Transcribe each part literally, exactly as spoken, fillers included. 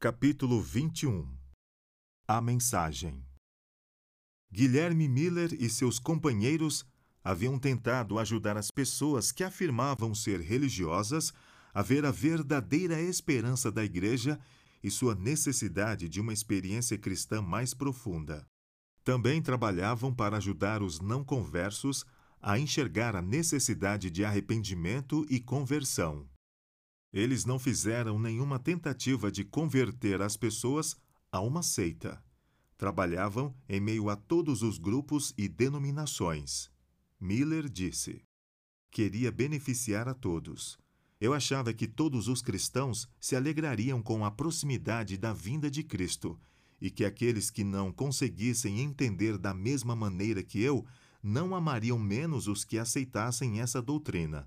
Capítulo vinte e um. A mensagem. Guilherme Miller e seus companheiros haviam tentado ajudar as pessoas que afirmavam ser religiosas a ver a verdadeira esperança da Igreja e sua necessidade de uma experiência cristã mais profunda. Também trabalhavam para ajudar os não conversos a enxergar a necessidade de arrependimento e conversão. Eles não fizeram nenhuma tentativa de converter as pessoas a uma seita. Trabalhavam em meio a todos os grupos e denominações. Miller disse: "Queria beneficiar a todos. Eu achava que todos os cristãos se alegrariam com a proximidade da vinda de Cristo e que aqueles que não conseguissem entender da mesma maneira que eu não amariam menos os que aceitassem essa doutrina.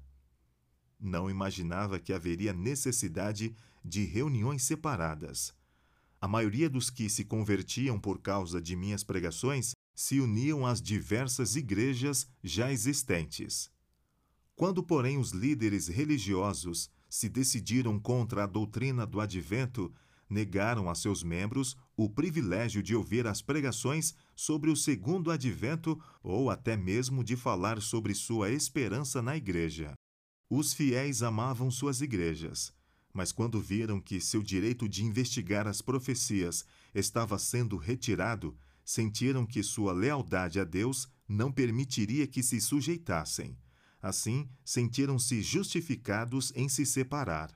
Não imaginava que haveria necessidade de reuniões separadas. A maioria dos que se convertiam por causa de minhas pregações se uniam às diversas igrejas já existentes. Quando, porém, os líderes religiosos se decidiram contra a doutrina do advento, negaram a seus membros o privilégio de ouvir as pregações sobre o segundo advento ou até mesmo de falar sobre sua esperança na igreja. Os fiéis amavam suas igrejas, mas quando viram que seu direito de investigar as profecias estava sendo retirado, sentiram que sua lealdade a Deus não permitiria que se sujeitassem. Assim, sentiram-se justificados em se separar.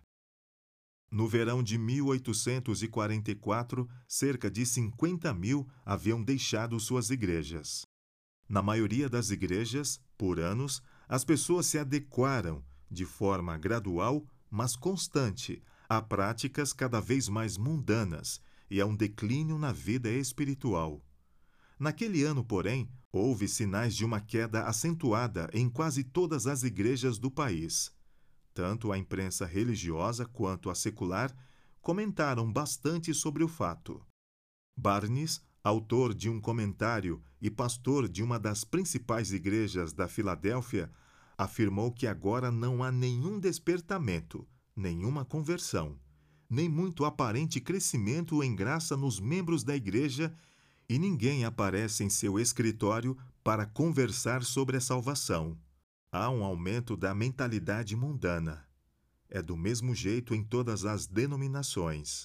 No verão de mil oitocentos e quarenta e quatro, cerca de cinquenta mil haviam deixado suas igrejas. Na maioria das igrejas, por anos, as pessoas se adequaram, de forma gradual, mas constante, a práticas cada vez mais mundanas e a um declínio na vida espiritual. Naquele ano, porém, houve sinais de uma queda acentuada em quase todas as igrejas do país. Tanto a imprensa religiosa quanto a secular comentaram bastante sobre o fato. Barnes, autor de um comentário e pastor de uma das principais igrejas da Filadélfia, afirmou que agora não há nenhum despertamento, nenhuma conversão, nem muito aparente crescimento em graça nos membros da igreja e ninguém aparece em seu escritório para conversar sobre a salvação. Há um aumento da mentalidade mundana. É do mesmo jeito em todas as denominações.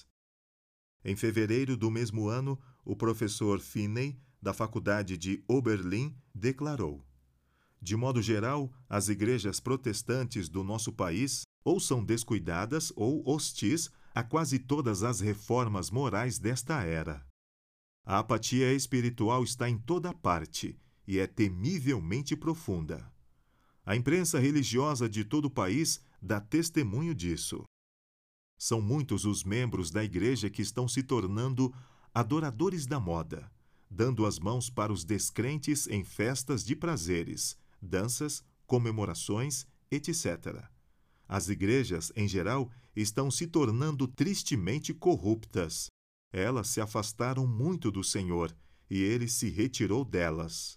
Em fevereiro do mesmo ano, o professor Finney, da Faculdade de Oberlin, declarou: "De modo geral, as igrejas protestantes do nosso país ou são descuidadas ou hostis a quase todas as reformas morais desta era. A apatia espiritual está em toda parte e é temivelmente profunda. A imprensa religiosa de todo o país dá testemunho disso. São muitos os membros da igreja que estão se tornando adoradores da moda, dando as mãos para os descrentes em festas de prazeres, danças, comemorações, etcétera. As igrejas, em geral, estão se tornando tristemente corruptas. Elas se afastaram muito do Senhor, e Ele se retirou delas."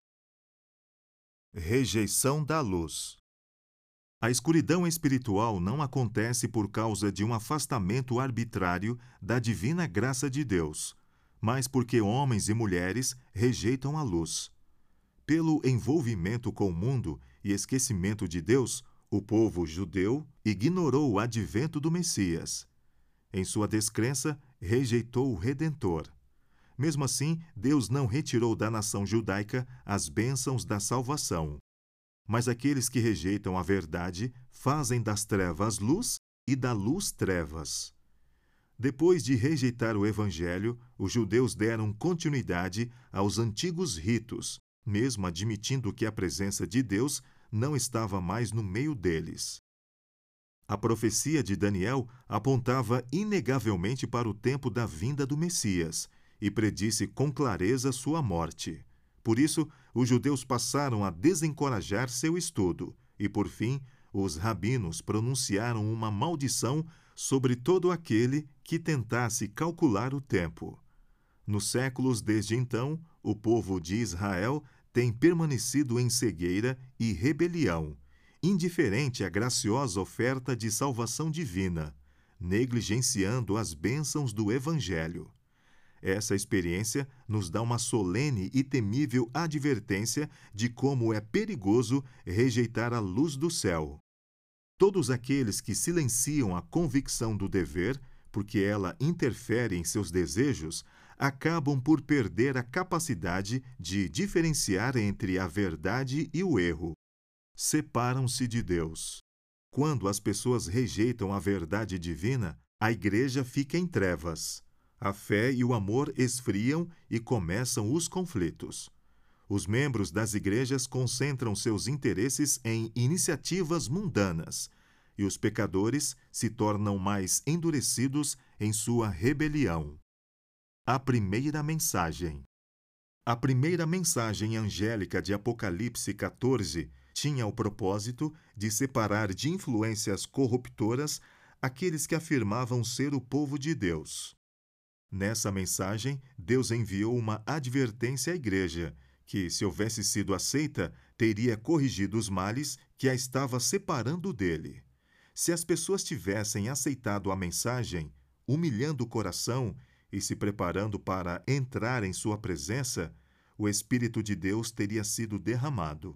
Rejeição da luz. A escuridão espiritual não acontece por causa de um afastamento arbitrário da divina graça de Deus, mas porque homens e mulheres rejeitam a luz. Pelo envolvimento com o mundo e esquecimento de Deus, o povo judeu ignorou o advento do Messias. Em sua descrença, rejeitou o Redentor. Mesmo assim, Deus não retirou da nação judaica as bênçãos da salvação. Mas aqueles que rejeitam a verdade fazem das trevas luz e da luz trevas. Depois de rejeitar o Evangelho, os judeus deram continuidade aos antigos ritos, mesmo admitindo que a presença de Deus não estava mais no meio deles. A profecia de Daniel apontava inegavelmente para o tempo da vinda do Messias e predisse com clareza sua morte. Por isso, os judeus passaram a desencorajar seu estudo e, por fim, os rabinos pronunciaram uma maldição sobre todo aquele que tentasse calcular o tempo. Nos séculos desde então, o povo de Israel tem permanecido em cegueira e rebelião, indiferente à graciosa oferta de salvação divina, negligenciando as bênçãos do Evangelho. Essa experiência nos dá uma solene e temível advertência de como é perigoso rejeitar a luz do céu. Todos aqueles que silenciam a convicção do dever, porque ela interfere em seus desejos, acabam por perder a capacidade de diferenciar entre a verdade e o erro. Separam-se de Deus. Quando as pessoas rejeitam a verdade divina, a igreja fica em trevas. A fé e o amor esfriam e começam os conflitos. Os membros das igrejas concentram seus interesses em iniciativas mundanas, e os pecadores se tornam mais endurecidos em sua rebelião. A primeira mensagem. A primeira mensagem angélica de Apocalipse quatorze tinha o propósito de separar de influências corruptoras aqueles que afirmavam ser o povo de Deus. Nessa mensagem, Deus enviou uma advertência à igreja, que, se houvesse sido aceita, teria corrigido os males que a estava separando dele. Se as pessoas tivessem aceitado a mensagem, humilhando o coração e se preparando para entrar em sua presença, o Espírito de Deus teria sido derramado.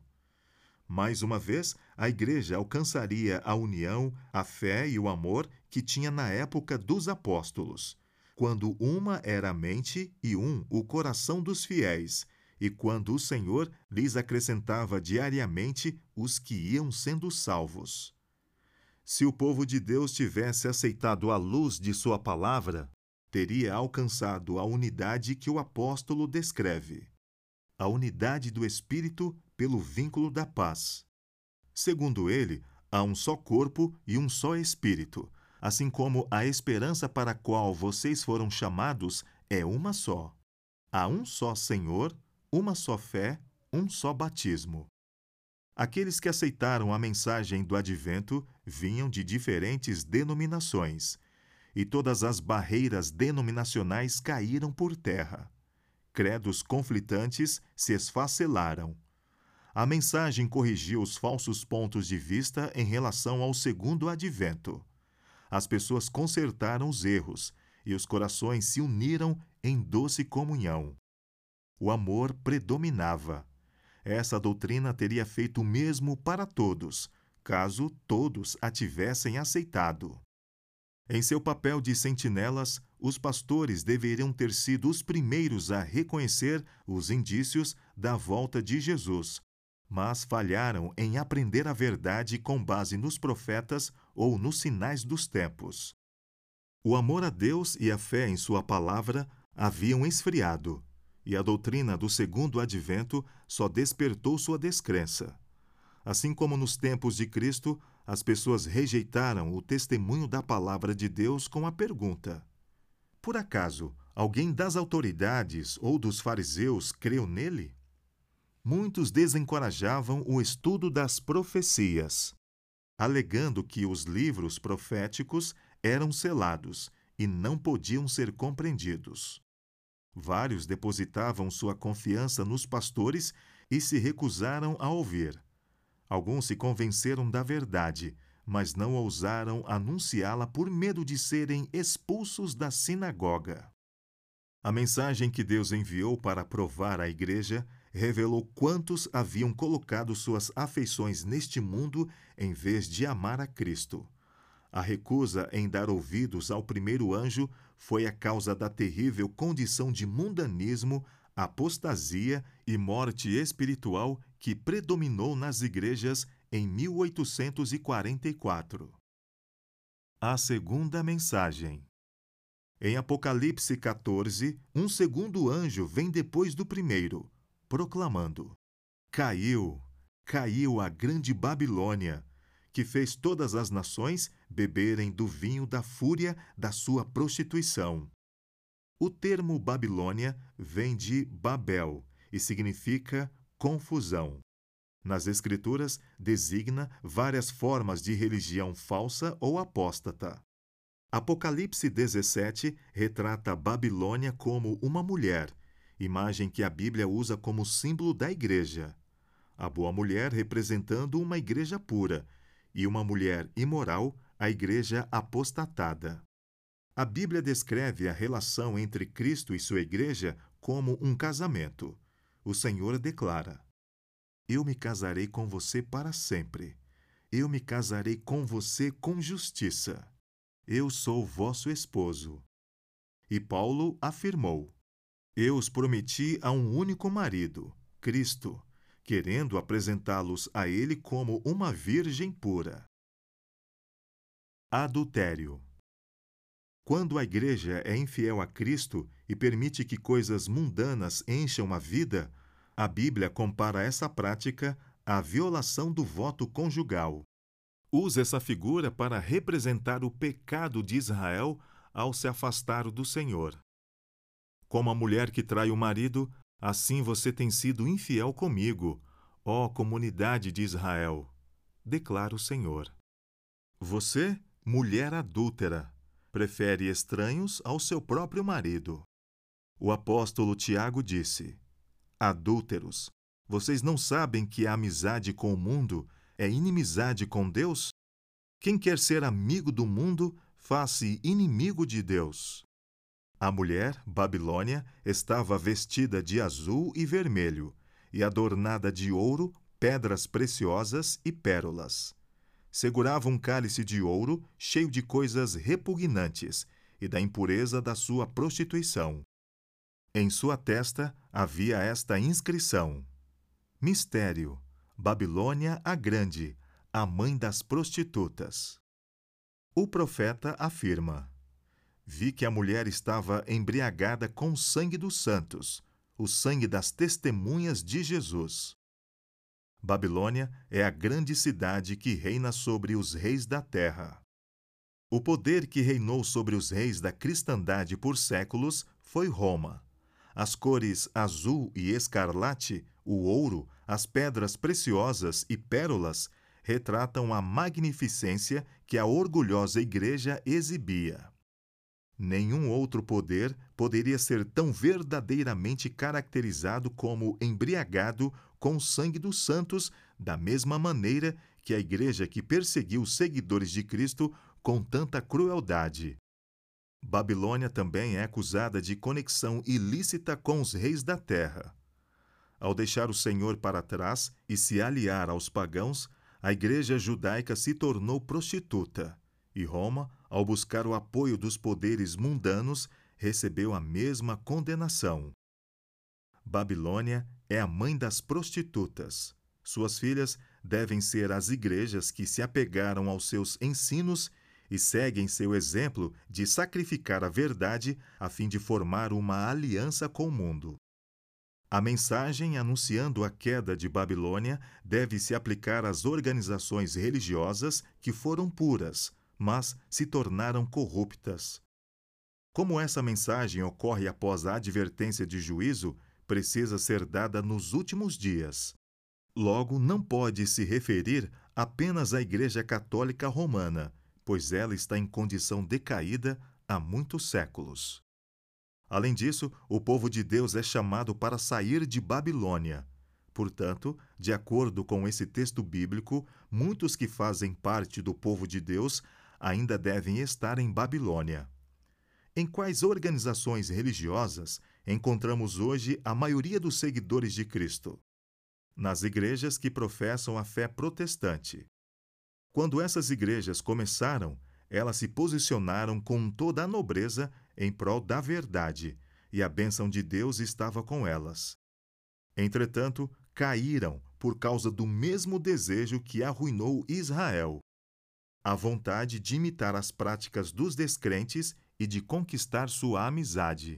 Mais uma vez, a igreja alcançaria a união, a fé e o amor que tinha na época dos apóstolos, quando uma era a mente e um o coração dos fiéis, e quando o Senhor lhes acrescentava diariamente os que iam sendo salvos. Se o povo de Deus tivesse aceitado a luz de sua palavra, teria alcançado a unidade que o apóstolo descreve. A unidade do Espírito pelo vínculo da paz. Segundo ele, há um só corpo e um só Espírito, assim como a esperança para a qual vocês foram chamados é uma só. Há um só Senhor, uma só fé, um só batismo. Aqueles que aceitaram a mensagem do advento vinham de diferentes denominações, e todas as barreiras denominacionais caíram por terra. Credos conflitantes se esfacelaram. A mensagem corrigiu os falsos pontos de vista em relação ao segundo advento. As pessoas consertaram os erros, e os corações se uniram em doce comunhão. O amor predominava. Essa doutrina teria feito o mesmo para todos, caso todos a tivessem aceitado. Em seu papel de sentinelas, os pastores deveriam ter sido os primeiros a reconhecer os indícios da volta de Jesus, mas falharam em aprender a verdade com base nos profetas ou nos sinais dos tempos. O amor a Deus e a fé em sua palavra haviam esfriado, e a doutrina do segundo advento só despertou sua descrença. Assim como nos tempos de Cristo, as pessoas rejeitaram o testemunho da palavra de Deus com a pergunta: por acaso, alguém das autoridades ou dos fariseus creu nele? Muitos desencorajavam o estudo das profecias, alegando que os livros proféticos eram selados e não podiam ser compreendidos. Vários depositavam sua confiança nos pastores e se recusaram a ouvir. Alguns se convenceram da verdade, mas não ousaram anunciá-la por medo de serem expulsos da sinagoga. A mensagem que Deus enviou para provar à igreja revelou quantos haviam colocado suas afeições neste mundo em vez de amar a Cristo. A recusa em dar ouvidos ao primeiro anjo foi a causa da terrível condição de mundanismo, apostasia e morte espiritual que predominou nas igrejas em mil oitocentos e quarenta e quatro. A segunda mensagem. Em Apocalipse quatorze, um segundo anjo vem depois do primeiro, proclamando: Caiu, caiu a grande Babilônia, que fez todas as nações beberem do vinho da fúria da sua prostituição. O termo Babilônia vem de Babel e significa confusão. Nas Escrituras, designa várias formas de religião falsa ou apóstata. Apocalipse dezessete retrata Babilônia como uma mulher, imagem que a Bíblia usa como símbolo da igreja. A boa mulher representando uma igreja pura, e uma mulher imoral, a igreja apostatada. A Bíblia descreve a relação entre Cristo e sua igreja como um casamento. O Senhor declara: Eu me casarei com você para sempre. Eu me casarei com você com justiça. Eu sou vosso esposo. E Paulo afirmou: Eu os prometi a um único marido, Cristo, querendo apresentá-los a ele como uma virgem pura. Adultério. Quando a igreja é infiel a Cristo e permite que coisas mundanas encham a vida, a Bíblia compara essa prática à violação do voto conjugal. Usa essa figura para representar o pecado de Israel ao se afastar do Senhor. Como a mulher que trai o marido, assim você tem sido infiel comigo, ó comunidade de Israel, declara o Senhor. Você, mulher adúltera, prefere estranhos ao seu próprio marido. O apóstolo Tiago disse: Adúlteros, vocês não sabem que a amizade com o mundo é inimizade com Deus? Quem quer ser amigo do mundo, faz-se inimigo de Deus. A mulher, Babilônia, estava vestida de azul e vermelho, e adornada de ouro, pedras preciosas e pérolas. Segurava um cálice de ouro cheio de coisas repugnantes e da impureza da sua prostituição. Em sua testa havia esta inscrição: Mistério, Babilônia a Grande, a mãe das prostitutas. O profeta afirma: Vi que a mulher estava embriagada com o sangue dos santos, o sangue das testemunhas de Jesus. Babilônia é a grande cidade que reina sobre os reis da terra. O poder que reinou sobre os reis da cristandade por séculos foi Roma. As cores azul e escarlate, o ouro, as pedras preciosas e pérolas retratam a magnificência que a orgulhosa igreja exibia. Nenhum outro poder poderia ser tão verdadeiramente caracterizado como embriagado com o sangue dos santos, da mesma maneira que a igreja que perseguiu os seguidores de Cristo com tanta crueldade. Babilônia também é acusada de conexão ilícita com os reis da terra. Ao deixar o Senhor para trás e se aliar aos pagãos, a igreja judaica se tornou prostituta, e Roma, ao buscar o apoio dos poderes mundanos, recebeu a mesma condenação. Babilônia é a mãe das prostitutas. Suas filhas devem ser as igrejas que se apegaram aos seus ensinos e seguem seu exemplo de sacrificar a verdade a fim de formar uma aliança com o mundo. A mensagem anunciando a queda de Babilônia deve se aplicar às organizações religiosas que foram puras, mas se tornaram corruptas. Como essa mensagem ocorre após a advertência de juízo, precisa ser dada nos últimos dias. Logo, não pode se referir apenas à Igreja Católica Romana, pois ela está em condição decaída há muitos séculos. Além disso, o povo de Deus é chamado para sair de Babilônia. Portanto, de acordo com esse texto bíblico, muitos que fazem parte do povo de Deus ainda devem estar em Babilônia. Em quais organizações religiosas encontramos hoje a maioria dos seguidores de Cristo? Nas igrejas que professam a fé protestante. Quando essas igrejas começaram, elas se posicionaram com toda a nobreza em prol da verdade, e a bênção de Deus estava com elas. Entretanto, caíram por causa do mesmo desejo que arruinou Israel: a vontade de imitar as práticas dos descrentes e de conquistar sua amizade.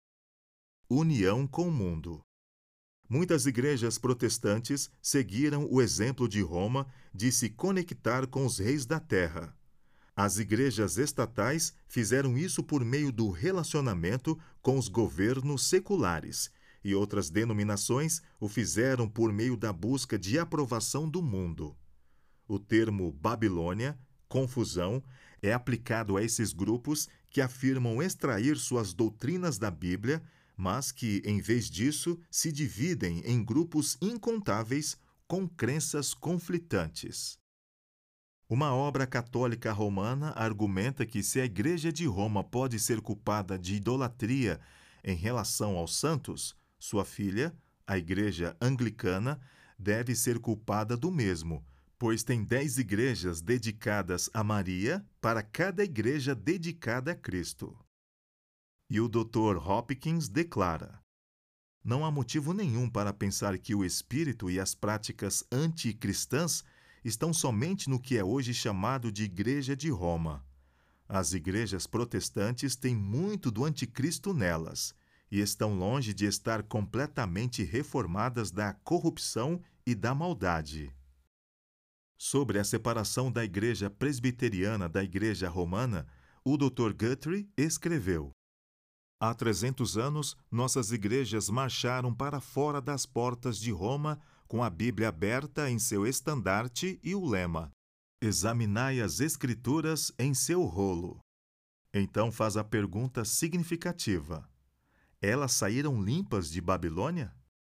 União com o mundo. Muitas igrejas protestantes seguiram o exemplo de Roma de se conectar com os reis da terra. As igrejas estatais fizeram isso por meio do relacionamento com os governos seculares, e outras denominações o fizeram por meio da busca de aprovação do mundo. O termo Babilônia, confusão, é aplicado a esses grupos que afirmam extrair suas doutrinas da Bíblia, mas que, em vez disso, se dividem em grupos incontáveis com crenças conflitantes. Uma obra católica romana argumenta que se a Igreja de Roma pode ser culpada de idolatria em relação aos santos, sua filha, a Igreja Anglicana, deve ser culpada do mesmo, pois tem dez igrejas dedicadas a Maria para cada igreja dedicada a Cristo. E o doutor Hopkins declara: não há motivo nenhum para pensar que o espírito e as práticas anticristãs estão somente no que é hoje chamado de Igreja de Roma. As igrejas protestantes têm muito do anticristo nelas e estão longe de estar completamente reformadas da corrupção e da maldade. Sobre a separação da Igreja Presbiteriana da Igreja Romana, o doutor Guthrie escreveu: há trezentos anos, nossas igrejas marcharam para fora das portas de Roma com a Bíblia aberta em seu estandarte e o lema: examinai as Escrituras em seu rolo. Então faz a pergunta significativa: elas saíram limpas de Babilônia?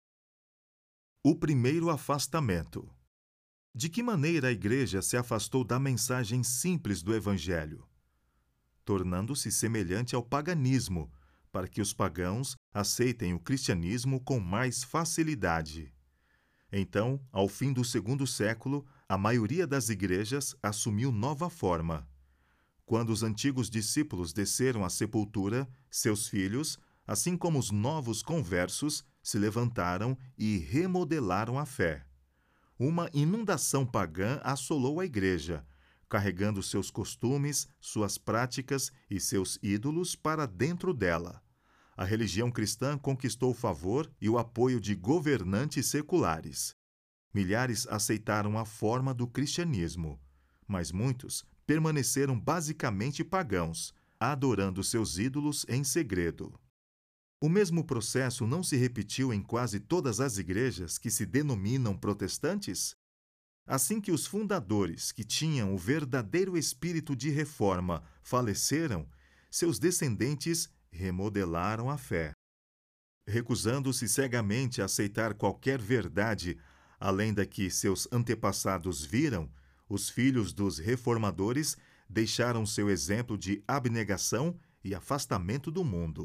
O primeiro afastamento. De que maneira a igreja se afastou da mensagem simples do Evangelho? Tornando-se semelhante ao paganismo, para que os pagãos aceitem o cristianismo com mais facilidade. Então, ao fim do segundo século, a maioria das igrejas assumiu nova forma. Quando os antigos discípulos desceram à sepultura, seus filhos, assim como os novos conversos, se levantaram e remodelaram a fé. Uma inundação pagã assolou a igreja, carregando seus costumes, suas práticas e seus ídolos para dentro dela. A religião cristã conquistou o favor e o apoio de governantes seculares. Milhares aceitaram a forma do cristianismo, mas muitos permaneceram basicamente pagãos, adorando seus ídolos em segredo. O mesmo processo não se repetiu em quase todas as igrejas que se denominam protestantes? Assim que os fundadores, que tinham o verdadeiro espírito de reforma, faleceram, seus descendentes remodelaram a fé. Recusando-se cegamente a aceitar qualquer verdade, além da que seus antepassados viram, os filhos dos reformadores deixaram seu exemplo de abnegação e afastamento do mundo.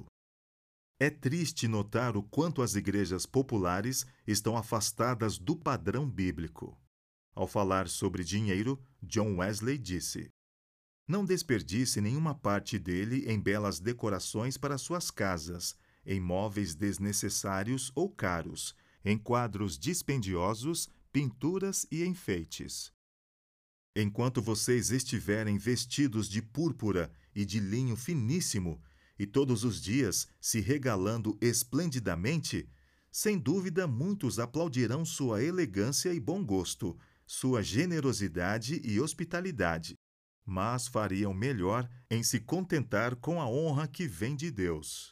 É triste notar o quanto as igrejas populares estão afastadas do padrão bíblico. Ao falar sobre dinheiro, John Wesley disse: não desperdice nenhuma parte dele em belas decorações para suas casas, em móveis desnecessários ou caros, em quadros dispendiosos, pinturas e enfeites. Enquanto vocês estiverem vestidos de púrpura e de linho finíssimo, e todos os dias se regalando esplendidamente, sem dúvida muitos aplaudirão sua elegância e bom gosto, sua generosidade e hospitalidade, mas fariam melhor em se contentar com a honra que vem de Deus.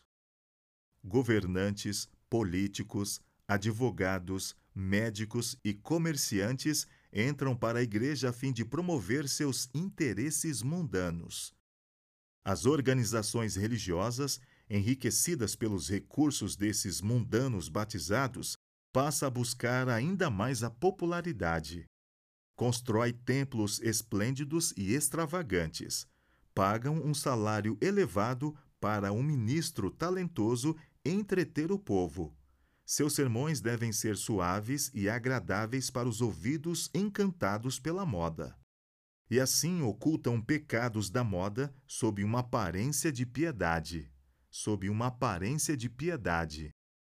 Governantes, políticos, advogados, médicos e comerciantes entram para a igreja a fim de promover seus interesses mundanos. As organizações religiosas, enriquecidas pelos recursos desses mundanos batizados, passam a buscar ainda mais a popularidade. Constrói templos esplêndidos e extravagantes. Pagam um salário elevado para um ministro talentoso entreter o povo. Seus sermões devem ser suaves e agradáveis para os ouvidos encantados pela moda. E assim ocultam pecados da moda sob uma aparência de piedade. Sob uma aparência de piedade.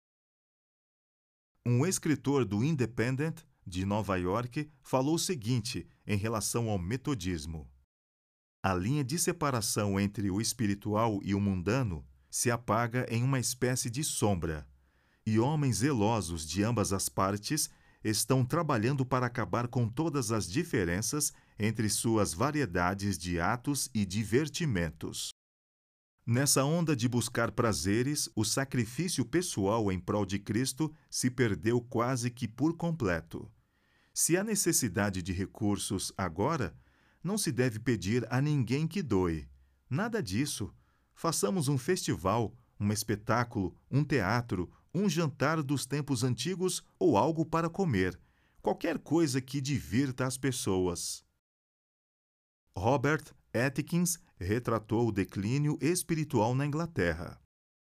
Um escritor do Independent, de Nova York, falou o seguinte em relação ao metodismo: a linha de separação entre o espiritual e o mundano se apaga em uma espécie de sombra, e homens zelosos de ambas as partes estão trabalhando para acabar com todas as diferenças entre suas variedades de atos e divertimentos. Nessa onda de buscar prazeres, o sacrifício pessoal em prol de Cristo se perdeu quase que por completo. Se há necessidade de recursos agora, não se deve pedir a ninguém que doe. Nada disso. Façamos um festival, um espetáculo, um teatro, um jantar dos tempos antigos ou algo para comer. Qualquer coisa que divirta as pessoas. Robert Atkins retratou o declínio espiritual na Inglaterra.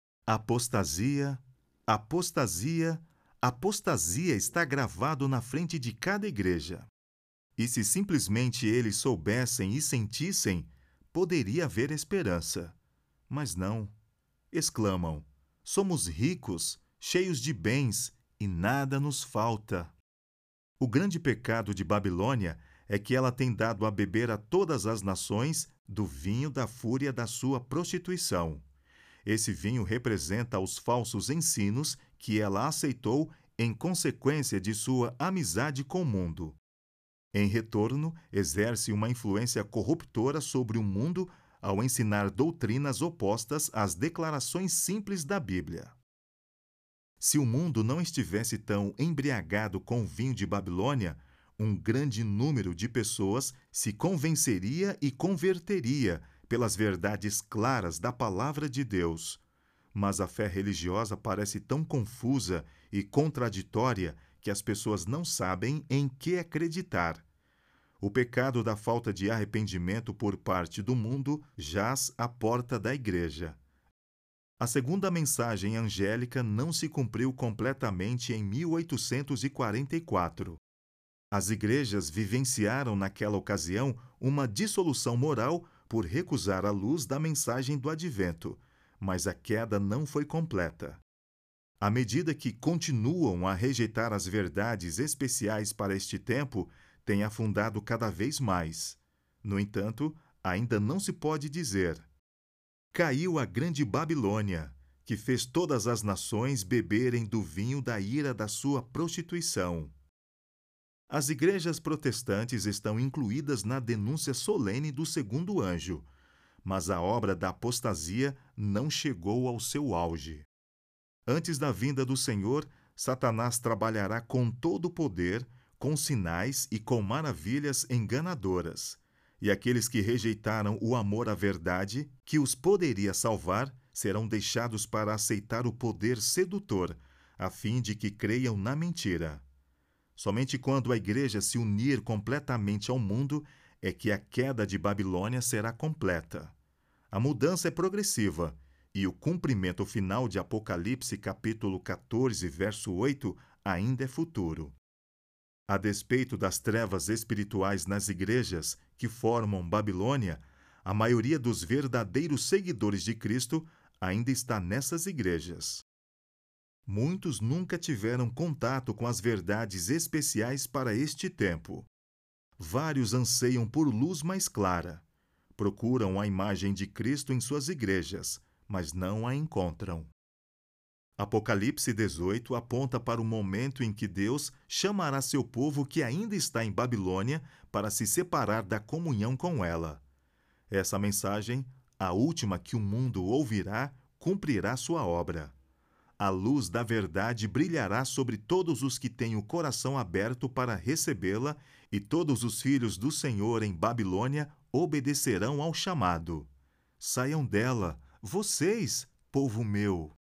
Apostasia, apostasia, apostasia está gravado na frente de cada igreja. E se simplesmente eles soubessem e sentissem, poderia haver esperança. Mas não. Exclamam: somos ricos, cheios de bens, e nada nos falta. O grande pecado de Babilônia é que ela tem dado a beber a todas as nações do vinho da fúria da sua prostituição. Esse vinho representa os falsos ensinos que ela aceitou em consequência de sua amizade com o mundo. Em retorno, exerce uma influência corruptora sobre o mundo ao ensinar doutrinas opostas às declarações simples da Bíblia. Se o mundo não estivesse tão embriagado com o vinho de Babilônia, um grande número de pessoas se convenceria e converteria pelas verdades claras da palavra de Deus. Mas a fé religiosa parece tão confusa e contraditória que as pessoas não sabem em que acreditar. O pecado da falta de arrependimento por parte do mundo jaz à porta da igreja. A segunda mensagem angélica não se cumpriu completamente em mil oitocentos e quarenta e quatro. As igrejas vivenciaram naquela ocasião uma dissolução moral por recusar a luz da mensagem do advento, mas a queda não foi completa. À medida que continuam a rejeitar as verdades especiais para este tempo, têm afundado cada vez mais. No entanto, ainda não se pode dizer: caiu a grande Babilônia, que fez todas as nações beberem do vinho da ira da sua prostituição. As igrejas protestantes estão incluídas na denúncia solene do segundo anjo, mas a obra da apostasia não chegou ao seu auge. Antes da vinda do Senhor, Satanás trabalhará com todo o poder, com sinais e com maravilhas enganadoras. E aqueles que rejeitaram o amor à verdade, que os poderia salvar, serão deixados para aceitar o poder sedutor, a fim de que creiam na mentira. Somente quando a igreja se unir completamente ao mundo é que a queda de Babilônia será completa. A mudança é progressiva, e o cumprimento final de Apocalipse capítulo quatorze, verso oito, ainda é futuro. A despeito das trevas espirituais nas igrejas que formam Babilônia, a maioria dos verdadeiros seguidores de Cristo ainda está nessas igrejas. Muitos nunca tiveram contato com as verdades especiais para este tempo. Vários anseiam por luz mais clara. Procuram a imagem de Cristo em suas igrejas, mas não a encontram. Apocalipse dezoito aponta para o momento em que Deus chamará seu povo que ainda está em Babilônia para se separar da comunhão com ela. Essa mensagem, a última que o mundo ouvirá, cumprirá sua obra. A luz da verdade brilhará sobre todos os que têm o coração aberto para recebê-la, e todos os filhos do Senhor em Babilônia obedecerão ao chamado. Saiam dela, vocês, povo meu!